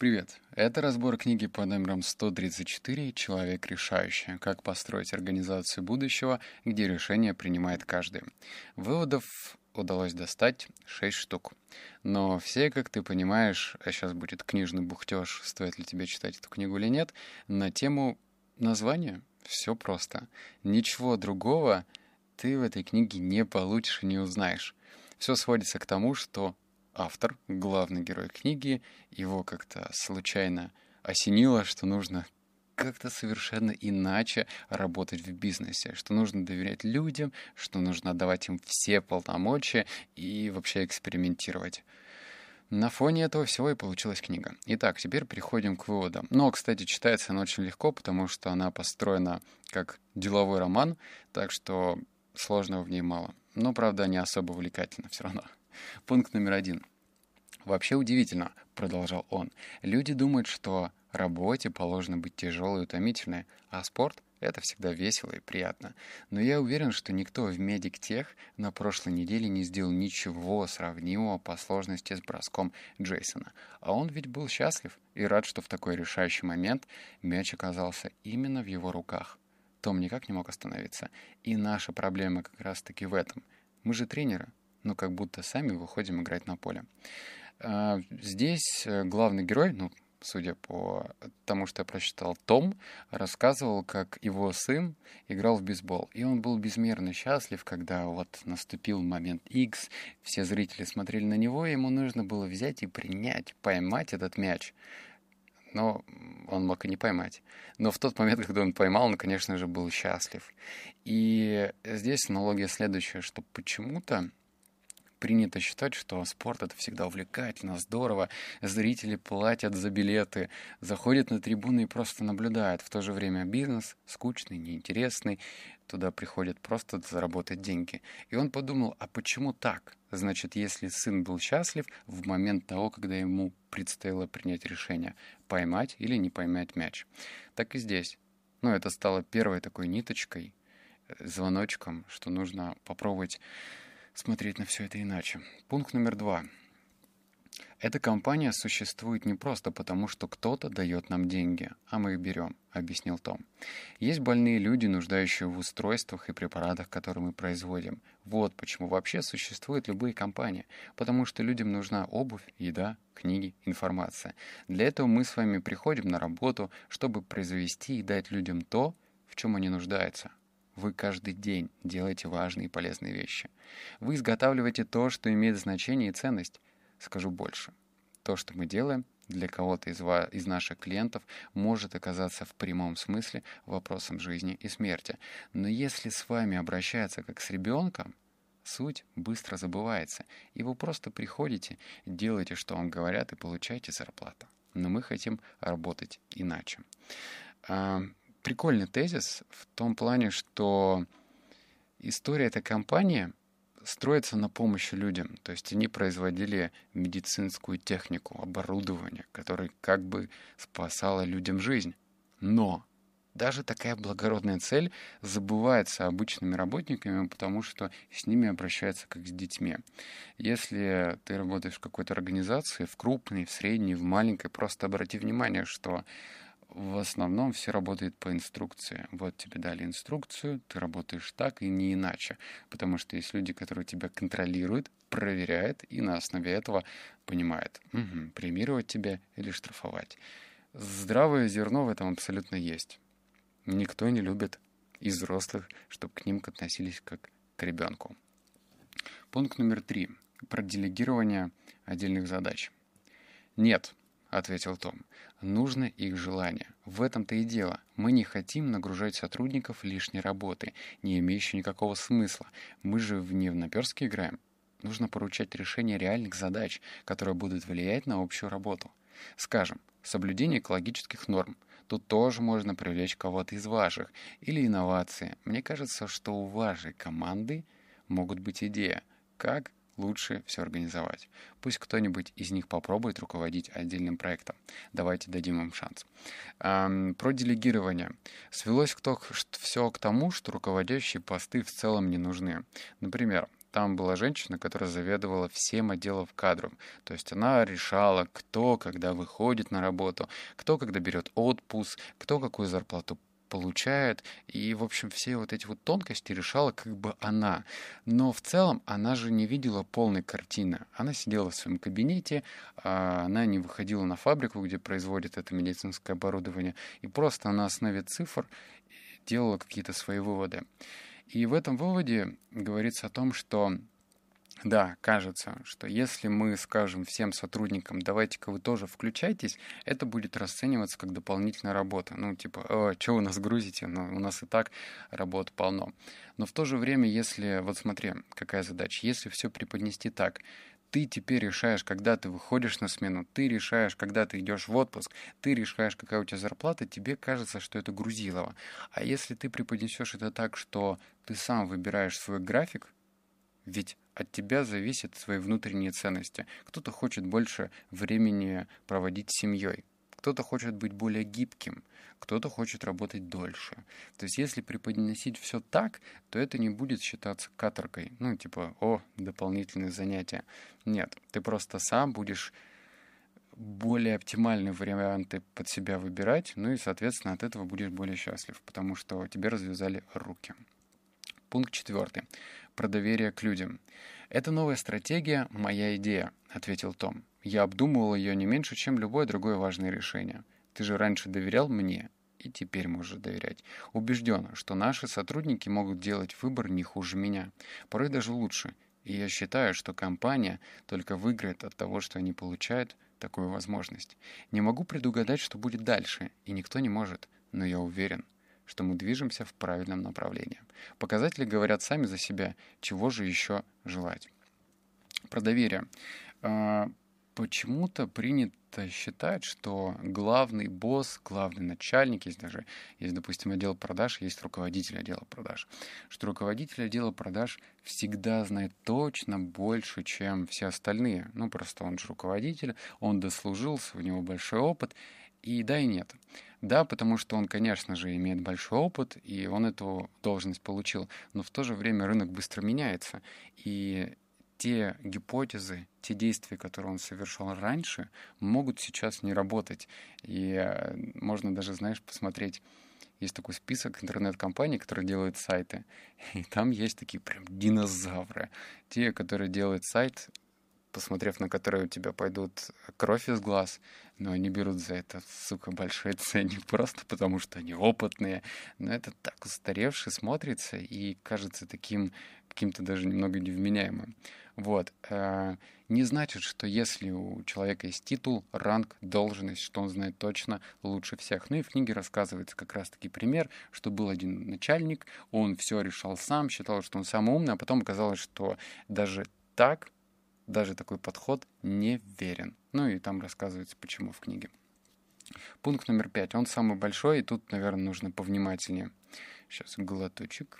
Привет! Это разбор книги под номером 134 «Человек решающий. Как построить организацию будущего, где решение принимает каждый». Выводов удалось достать 6 штук. Но все, как ты понимаешь, а сейчас будет книжный бухтеж, стоит ли тебе читать эту книгу или нет, на тему названия все просто. Ничего другого ты в этой книге не получишь и не узнаешь. Все сводится к тому, что автор, главный герой книги, его как-то случайно осенило, что нужно как-то совершенно иначе работать в бизнесе, что нужно доверять людям, что нужно отдавать им все полномочия и вообще экспериментировать. На фоне этого всего и получилась книга. Итак, теперь переходим к выводам. Но, кстати, читается она очень легко, потому что она построена как деловой роман, так что сложного в ней мало. Но, правда, не особо увлекательно все равно. Пункт номер 1. «Вообще удивительно», — продолжал он, — «люди думают, что работе положено быть тяжелой и утомительной, а спорт — это всегда весело и приятно. Но я уверен, что никто в медиктех на прошлой неделе не сделал ничего сравнимого по сложности с броском Джейсона. А он ведь был счастлив и рад, что в такой решающий момент мяч оказался именно в его руках. Том никак не мог остановиться. И наша проблема как раз-таки в этом. Мы же тренеры, но как будто сами выходим играть на поле». Здесь главный герой, судя по тому, что я прочитал, Том, рассказывал, как его сын играл в бейсбол. И он был безмерно счастлив, когда вот наступил момент X, все зрители смотрели на него, и ему нужно было взять и поймать этот мяч. Но он мог и не поймать. Но в тот момент, когда он поймал, он, конечно же, был счастлив. И здесь аналогия следующая, что почему-то принято считать, что спорт — это всегда увлекательно, здорово, зрители платят за билеты, заходят на трибуны и просто наблюдают. В то же время бизнес скучный, неинтересный, туда приходят просто заработать деньги. И он подумал, а почему так? Значит, если сын был счастлив в момент того, когда ему предстояло принять решение, поймать или не поймать мяч. Так и здесь. Это стало первой такой ниточкой, звоночком, что нужно попробовать смотреть на все это иначе. Пункт номер 2. Эта компания существует не просто потому, что кто-то дает нам деньги, а мы их берем, объяснил Том. Есть больные люди, нуждающие в устройствах и препаратах, которые мы производим. Вот почему вообще существуют любые компании. Потому что людям нужна обувь, еда, книги, информация. Для этого мы с вами приходим на работу, чтобы произвести и дать людям то, в чем они нуждаются. Вы каждый день делаете важные и полезные вещи. Вы изготавливаете то, что имеет значение и ценность. Скажу больше. То, что мы делаем, для кого-то из наших клиентов может оказаться в прямом смысле вопросом жизни и смерти. Но если с вами обращаются как с ребенком, суть быстро забывается, и вы просто приходите, делаете, что вам говорят, и получаете зарплату. Но мы хотим работать иначе. Прикольный тезис в том плане, что история этой компании строится на помощи людям. То есть они производили медицинскую технику, оборудование, которое как бы спасало людям жизнь. Но даже такая благородная цель забывается обычными работниками, потому что с ними обращаются как с детьми. Если ты работаешь в какой-то организации, в крупной, в средней, в маленькой, просто обрати внимание, что в основном все работает по инструкции. Вот тебе дали инструкцию, ты работаешь так и не иначе. Потому что есть люди, которые тебя контролируют, проверяют и на основе этого понимают, премировать тебя или штрафовать. Здравое зерно в этом абсолютно есть. Никто не любит из взрослых, чтобы к ним относились как к ребенку. Пункт номер 3. Про делегирование отдельных задач. Нет, ответил Том. Нужно их желание. В этом-то и дело. Мы не хотим нагружать сотрудников лишней работой, не имеющей никакого смысла. Мы же не в наперстке играем. Нужно поручать решение реальных задач, которые будут влиять на общую работу. Скажем, соблюдение экологических норм. Тут тоже можно привлечь кого-то из ваших. Или инновации. Мне кажется, что у вашей команды могут быть идеи, как лучше все организовать. Пусть кто-нибудь из них попробует руководить отдельным проектом. Давайте дадим им шанс. Про делегирование. Свелось все к тому, что руководящие посты в целом не нужны. Например, там была женщина, которая заведовала всем отделом кадров. То есть она решала, кто когда выходит на работу, кто когда берет отпуск, кто какую зарплату получает. И, в общем, все вот эти вот тонкости решала как бы она. Но в целом она же не видела полной картины. Она сидела в своем кабинете, она не выходила на фабрику, где производят это медицинское оборудование, и просто на основе цифр делала какие-то свои выводы. И в этом выводе говорится о том, что да, кажется, что если мы скажем всем сотрудникам, давайте-ка вы тоже включайтесь, это будет расцениваться как дополнительная работа. Ну, типа, что вы нас грузите? Ну, у нас и так работ полно. Но в то же время, если, вот смотри, какая задача, если все преподнести так, ты теперь решаешь, когда ты выходишь на смену, ты решаешь, когда ты идешь в отпуск, ты решаешь, какая у тебя зарплата, тебе кажется, что это грузилово. А если ты преподнесешь это так, что ты сам выбираешь свой график, ведь от тебя зависят свои внутренние ценности. Кто-то хочет больше времени проводить с семьей, кто-то хочет быть более гибким, кто-то хочет работать дольше. То есть если преподносить все так, то это не будет считаться каторгой. Ну, типа, дополнительные занятия. Нет, ты просто сам будешь более оптимальные варианты под себя выбирать, ну и, соответственно, от этого будешь более счастлив, потому что тебе развязали руки. Пункт 4. Про доверие к людям. «Это новая стратегия, моя идея», — ответил Том. «Я обдумывал ее не меньше, чем любое другое важное решение. Ты же раньше доверял мне, и теперь можешь доверять. Убежден, что наши сотрудники могут делать выбор не хуже меня, порой даже лучше. И я считаю, что компания только выиграет от того, что они получают такую возможность. Не могу предугадать, что будет дальше, и никто не может, но я уверен, что мы движемся в правильном направлении. Показатели говорят сами за себя, чего же еще желать». Про доверие. Почему-то принято считать, что главный босс, главный начальник, есть, допустим, отдел продаж, есть руководитель отдела продаж, что руководитель отдела продаж всегда знает точно больше, чем все остальные. Ну, просто он же руководитель, он дослужился, у него большой опыт, и да, и нет. Да, потому что он, конечно же, имеет большой опыт, и он эту должность получил, но в то же время рынок быстро меняется, и те гипотезы, те действия, которые он совершал раньше, могут сейчас не работать. И можно даже, знаешь, посмотреть, есть такой список интернет-компаний, которые делают сайты, и там есть такие прям динозавры. Те, которые делают сайт, посмотрев на которые у тебя пойдут кровь из глаз, но они берут за это, сука, большой ценник, просто потому что они опытные. Но это так устаревше смотрится и кажется таким каким-то даже немного невменяемым. Вот. Не значит, что если у человека есть титул, ранг, должность, что он знает точно лучше всех. Ну и в книге рассказывается как раз-таки пример, что был один начальник, он все решал сам, считал, что он самый умный, а потом оказалось, что даже так, даже такой подход неверен. Ну и там рассказывается, почему в книге. Пункт номер 5. Он самый большой, и тут, наверное, нужно повнимательнее. Сейчас глоточек.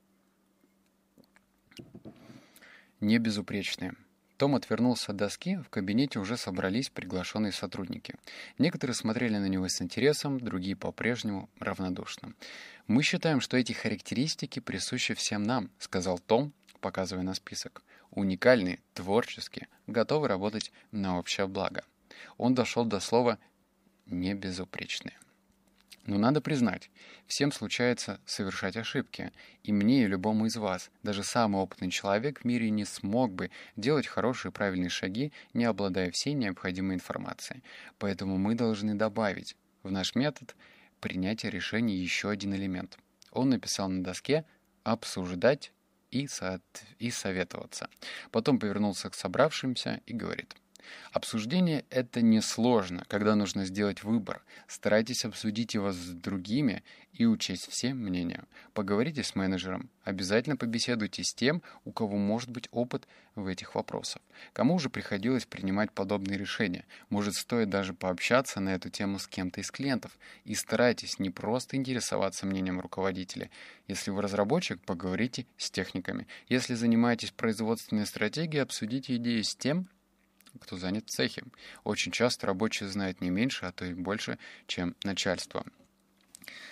Не безупречные. Том отвернулся от доски, в кабинете уже собрались приглашенные сотрудники. Некоторые смотрели на него с интересом, другие по-прежнему равнодушно. «Мы считаем, что эти характеристики присущи всем нам», — сказал Том, показывая на список. «Уникальные, творческие, готовы работать на общее благо». Он дошел до слова «небезупречные». Но надо признать, всем случается совершать ошибки, и мне и любому из вас, даже самый опытный человек в мире не смог бы делать хорошие и правильные шаги, не обладая всей необходимой информацией. Поэтому мы должны добавить в наш метод принятия решений еще один элемент. Он написал на доске «обсуждать» и советоваться. Потом повернулся к собравшимся и говорит: «Обсуждение — это несложно, когда нужно сделать выбор. Старайтесь обсудить его с другими и учесть все мнения. Поговорите с менеджером. Обязательно побеседуйте с тем, у кого может быть опыт в этих вопросах. Кому уже приходилось принимать подобные решения. Может, стоит даже пообщаться на эту тему с кем-то из клиентов. И старайтесь не просто интересоваться мнением руководителя. Если вы разработчик, поговорите с техниками. Если занимаетесь производственной стратегией, обсудите идеи с тем, кто занят в цехе. Очень часто рабочие знают не меньше, а то и больше, чем начальство».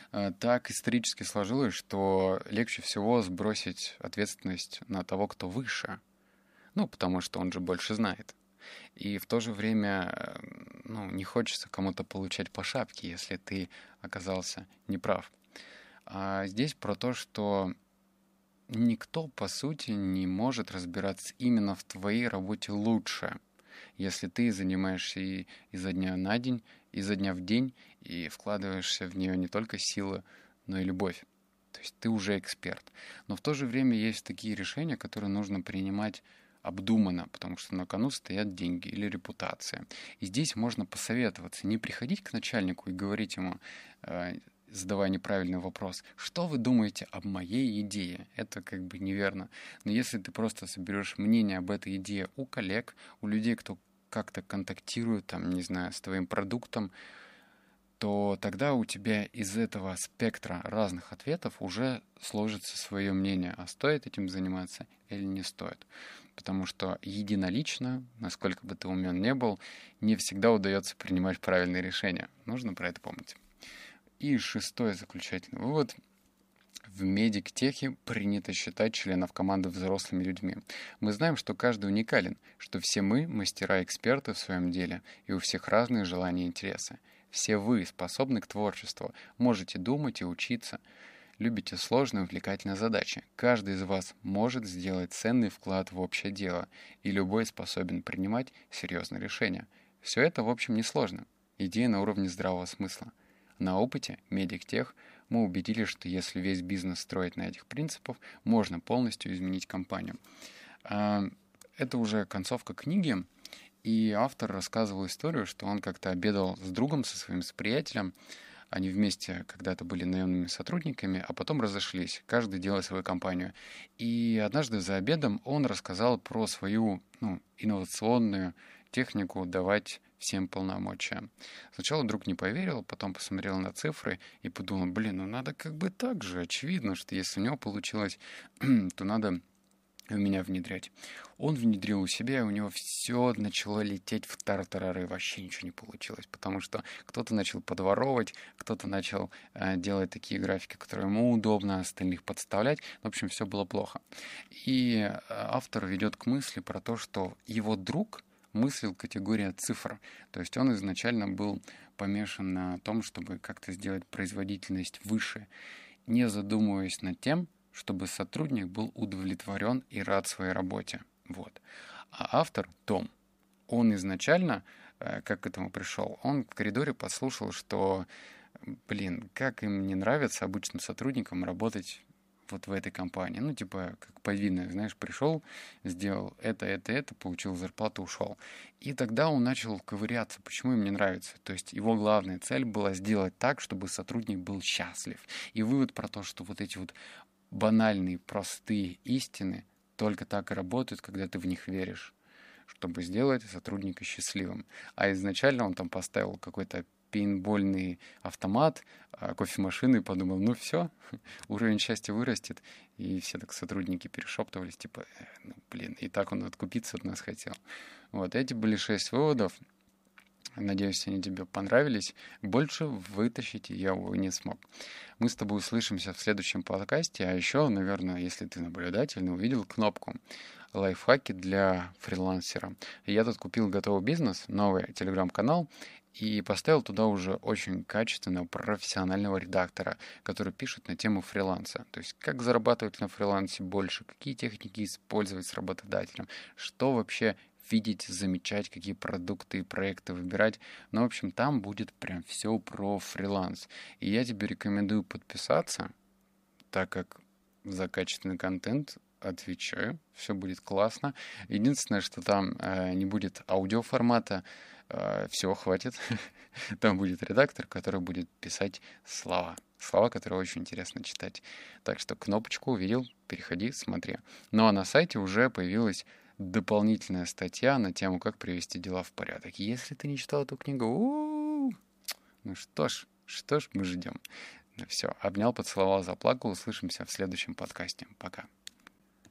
Так исторически сложилось, что легче всего сбросить ответственность на того, кто выше. Ну, потому что он же больше знает. И в то же время, ну, не хочется кому-то получать по шапке, если ты оказался неправ. А здесь про то, что никто, по сути, не может разбираться именно в твоей работе лучше, если ты занимаешься и изо дня на день, изо дня в день, и вкладываешься в нее не только силы, но и любовь. То есть ты уже эксперт. Но в то же время есть такие решения, которые нужно принимать обдуманно, потому что на кону стоят деньги или репутация. И здесь можно посоветоваться, не приходить к начальнику и говорить ему, задавая неправильный вопрос, что вы думаете об моей идее? Это как бы неверно. Но если ты просто соберешь мнение об этой идее у коллег, у людей, кто как-то контактирует, там, не знаю, с твоим продуктом, то тогда у тебя из этого спектра разных ответов уже сложится свое мнение, а стоит этим заниматься или не стоит. Потому что единолично, насколько бы ты умен не был, не всегда удается принимать правильные решения. Нужно про это помнить. И шестой заключательный вывод. В медиктехе принято считать членов команды взрослыми людьми. Мы знаем, что каждый уникален, что все мы мастера-эксперты в своем деле, и у всех разные желания и интересы. Все вы способны к творчеству, можете думать и учиться, любите сложные и увлекательные задачи. Каждый из вас может сделать ценный вклад в общее дело, и любой способен принимать серьезные решения. Все это, в общем, несложно. Идея на уровне здравого смысла. На опыте медиктех мы убедились, что если весь бизнес строить на этих принципах, можно полностью изменить компанию. Это уже концовка книги, и автор рассказывал историю, что он как-то обедал с другом, со своим приятелем. Они вместе когда-то были наемными сотрудниками, а потом разошлись, каждый делая свою компанию. И однажды за обедом он рассказал про свою инновационную технику давать всем полномочия. Сначала друг не поверил, потом посмотрел на цифры и подумал, надо как бы так же. Очевидно, что если у него получилось, то надо у меня внедрять. Он внедрил у себя, и у него все начало лететь в тартарары. Вообще ничего не получилось, потому что кто-то начал подворовывать, кто-то начал делать такие графики, которые ему удобно, остальных подставлять. В общем, все было плохо. И автор ведет к мысли про то, что его друг мыслил категория цифр. То есть он изначально был помешан на том, чтобы как-то сделать производительность выше, не задумываясь над тем, чтобы сотрудник был удовлетворен и рад своей работе. Вот. А автор, Том, он изначально, как к этому пришел, он в коридоре послушал, что, как им не нравится обычным сотрудникам работать вот в этой компании. Как повинный, знаешь, пришел, сделал это, получил зарплату, ушел. И тогда он начал ковыряться, почему им не нравится. То есть его главная цель была сделать так, чтобы сотрудник был счастлив. И вывод про то, что вот эти вот банальные, простые истины только так и работают, когда ты в них веришь, чтобы сделать сотрудника счастливым. А изначально он там поставил какой-то пейнтбольный автомат, кофемашину и подумал, все, уровень счастья вырастет. И все так сотрудники перешептывались, и так он откупиться от нас хотел. Вот, эти были 6 выводов. Надеюсь, они тебе понравились. Больше вытащить я, увы, не смог. Мы с тобой услышимся в следующем подкасте. А еще, наверное, если ты наблюдательный, увидел кнопку «Лайфхаки для фрилансера». Я тут купил готовый бизнес, новый телеграм-канал, и поставил туда уже очень качественного профессионального редактора, который пишет на тему фриланса. То есть, как зарабатывать на фрилансе больше, какие техники использовать с работодателем, что вообще видеть, замечать, какие продукты и проекты выбирать. В общем, там будет прям все про фриланс. И я тебе рекомендую подписаться, так как за качественный контент отвечаю, все будет классно. Единственное, что там не будет аудиоформата, всего хватит. Там будет редактор, который будет писать слова. Слова, которые очень интересно читать. Так что кнопочку увидел, переходи, смотри. Ну а на сайте уже появилась дополнительная статья на тему, как привести дела в порядок. Если ты не читал эту книгу, ну что ж, мы ждем. Все, обнял, поцеловал, заплакал. Услышимся в следующем подкасте. Пока.